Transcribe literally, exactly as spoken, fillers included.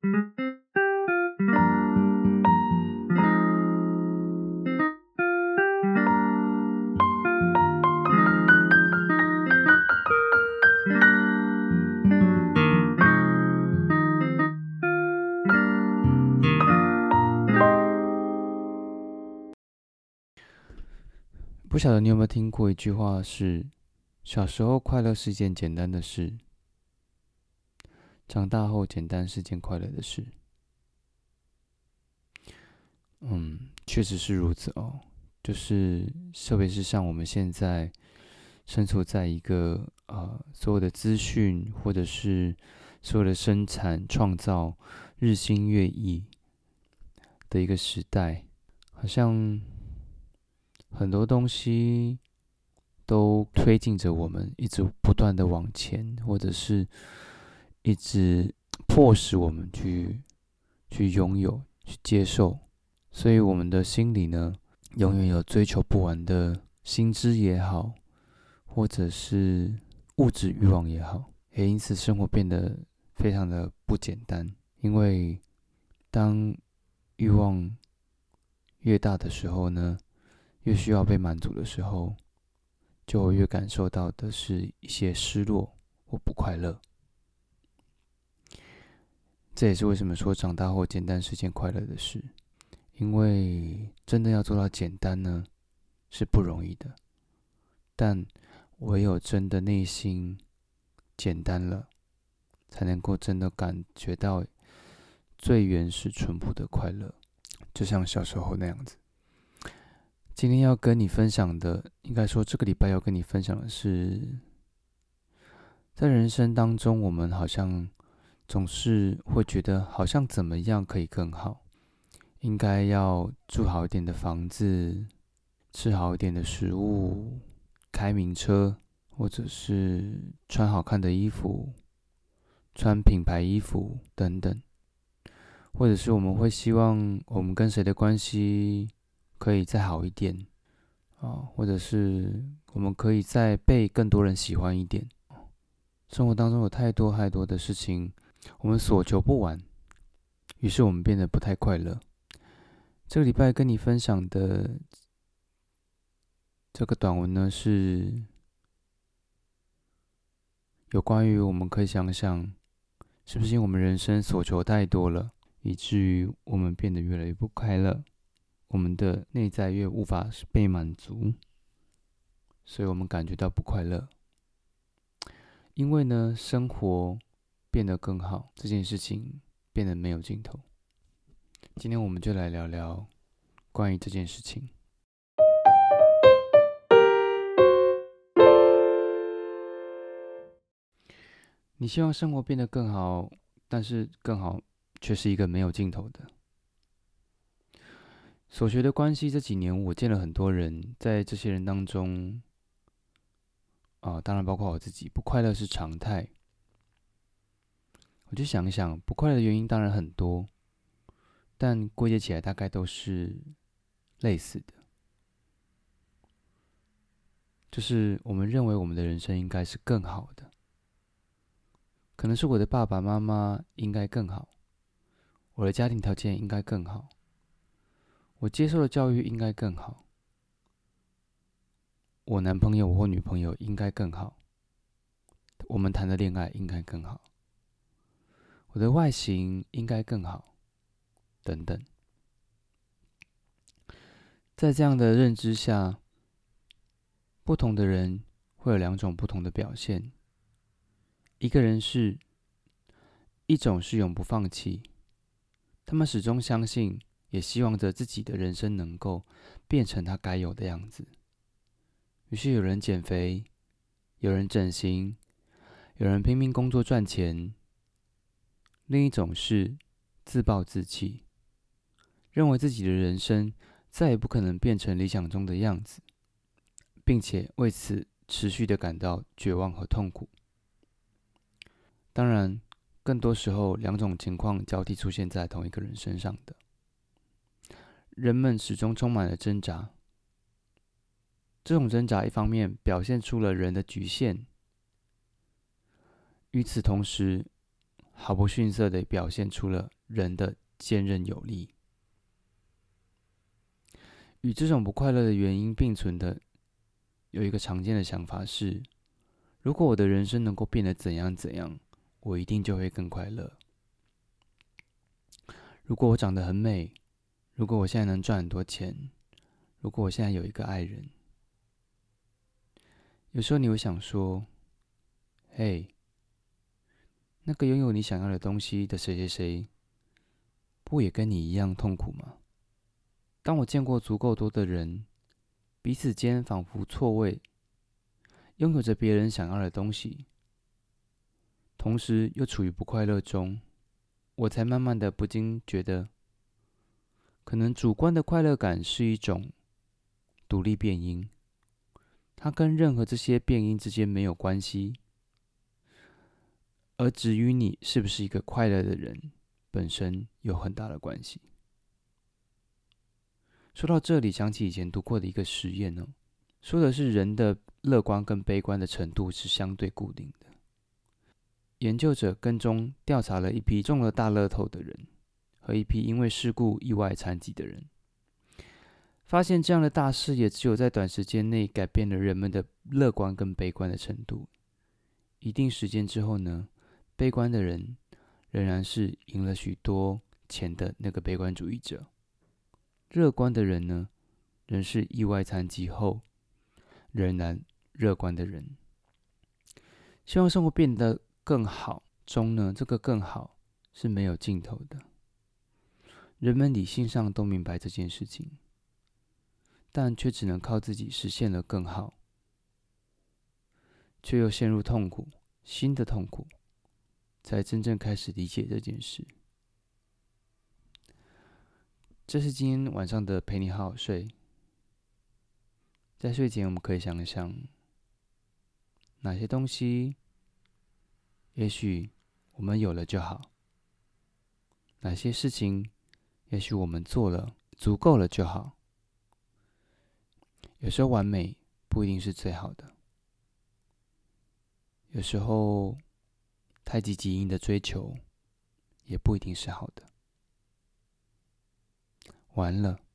不晓得你有没有听过一句话是：小时候快乐是件简单的事，长大后简单是件快乐的事。嗯，确实是如此哦。就是特别是像我们现在身处在一个呃所有的资讯或者是所有的生产创造日新月异的一个时代，好像很多东西都推进着我们一直不断的往前，或者是一直迫使我们去去拥有、去接受。所以我们的心里呢，永远有追求不完的薪资也好，或者是物质欲望也好，也因此生活变得非常的不简单。因为当欲望越大的时候呢，越需要被满足的时候，就会越感受到的是一些失落或不快乐。这也是为什么说长大后简单是件快乐的事，因为真的要做到简单呢，是不容易的。但唯有真的内心简单了，才能够真的感觉到最原始淳朴的快乐，就像小时候那样子。今天要跟你分享的，应该说这个礼拜要跟你分享的是，在人生当中，我们好像总是会觉得，好像怎么样可以更好，应该要住好一点的房子，吃好一点的食物，开名车，或者是穿好看的衣服，穿品牌衣服等等，或者是我们会希望我们跟谁的关系可以再好一点啊，或者是我们可以再被更多人喜欢一点。生活当中有太多太多的事情，我们所求不完，于是我们变得不太快乐。这个礼拜跟你分享的这个短文呢，是有关于我们可以想想，是不是因为我们人生所求太多了，以至于我们变得越来越不快乐，我们的内在越无法被满足，所以我们感觉到不快乐。因为呢，生活变得更好，这件事情变得没有尽头。今天我们就来聊聊关于这件事情。你希望生活变得更好，但是更好却是一个没有尽头的。所学的关系这几年，我见了很多人，在这些人当中，啊、呃，当然包括我自己，不快乐是常态。我就想一想，不快乐的原因当然很多，但归结起来大概都是类似的，就是我们认为我们的人生应该是更好的，可能是我的爸爸妈妈应该更好，我的家庭条件应该更好，我接受的教育应该更好，我男朋友或女朋友应该更好，我们谈的恋爱应该更好，我的外形应该更好，等等。在这样的认知下，不同的人会有两种不同的表现。一个人是，一种是永不放弃，他们始终相信，也希望着自己的人生能够变成他该有的样子。于是有人减肥，有人整形，有人拼命工作赚钱。另一种是自暴自弃，认为自己的人生再也不可能变成理想中的样子，并且为此持续的感到绝望和痛苦。当然，更多时候两种情况交替出现在同一个人身上的。人们始终充满了挣扎，这种挣扎一方面表现出了人的局限，与此同时，毫不逊色地表现出了人的坚韧有力。与这种不快乐的原因并存的，有一个常见的想法是：如果我的人生能够变得怎样怎样，我一定就会更快乐。如果我长得很美，如果我现在能赚很多钱，如果我现在有一个爱人。有时候你会想说，嘿，那个拥有你想要的东西的谁谁谁，不也跟你一样痛苦吗？当我见过足够多的人，彼此间仿佛错位，拥有着别人想要的东西，同时又处于不快乐中，我才慢慢的不禁觉得，可能主观的快乐感是一种独立变因，它跟任何这些变因之间没有关系，而只与你是不是一个快乐的人本身有很大的关系。说到这里，想起以前读过的一个实验哦，说的是人的乐观跟悲观的程度是相对固定的。研究者跟踪调查了一批中了大乐透的人和一批因为事故意外残疾的人，发现这样的大事也只有在短时间内改变了人们的乐观跟悲观的程度。一定时间之后呢，悲观的人仍然是赢了许多钱的那个悲观主义者，乐观的人呢，仍是意外残疾后仍然乐观的人。希望生活变得更好中呢，这个更好是没有尽头的。人们理性上都明白这件事情，但却只能靠自己实现了更好，却又陷入痛苦，新的痛苦，才真正开始理解这件事。这是今天晚上的陪你好好睡。在睡前，我们可以想一想，哪些东西，也许我们有了就好；哪些事情，也许我们做了足够了就好。有时候完美不一定是最好的，有时候太积极硬的追求也不一定是好的。完了。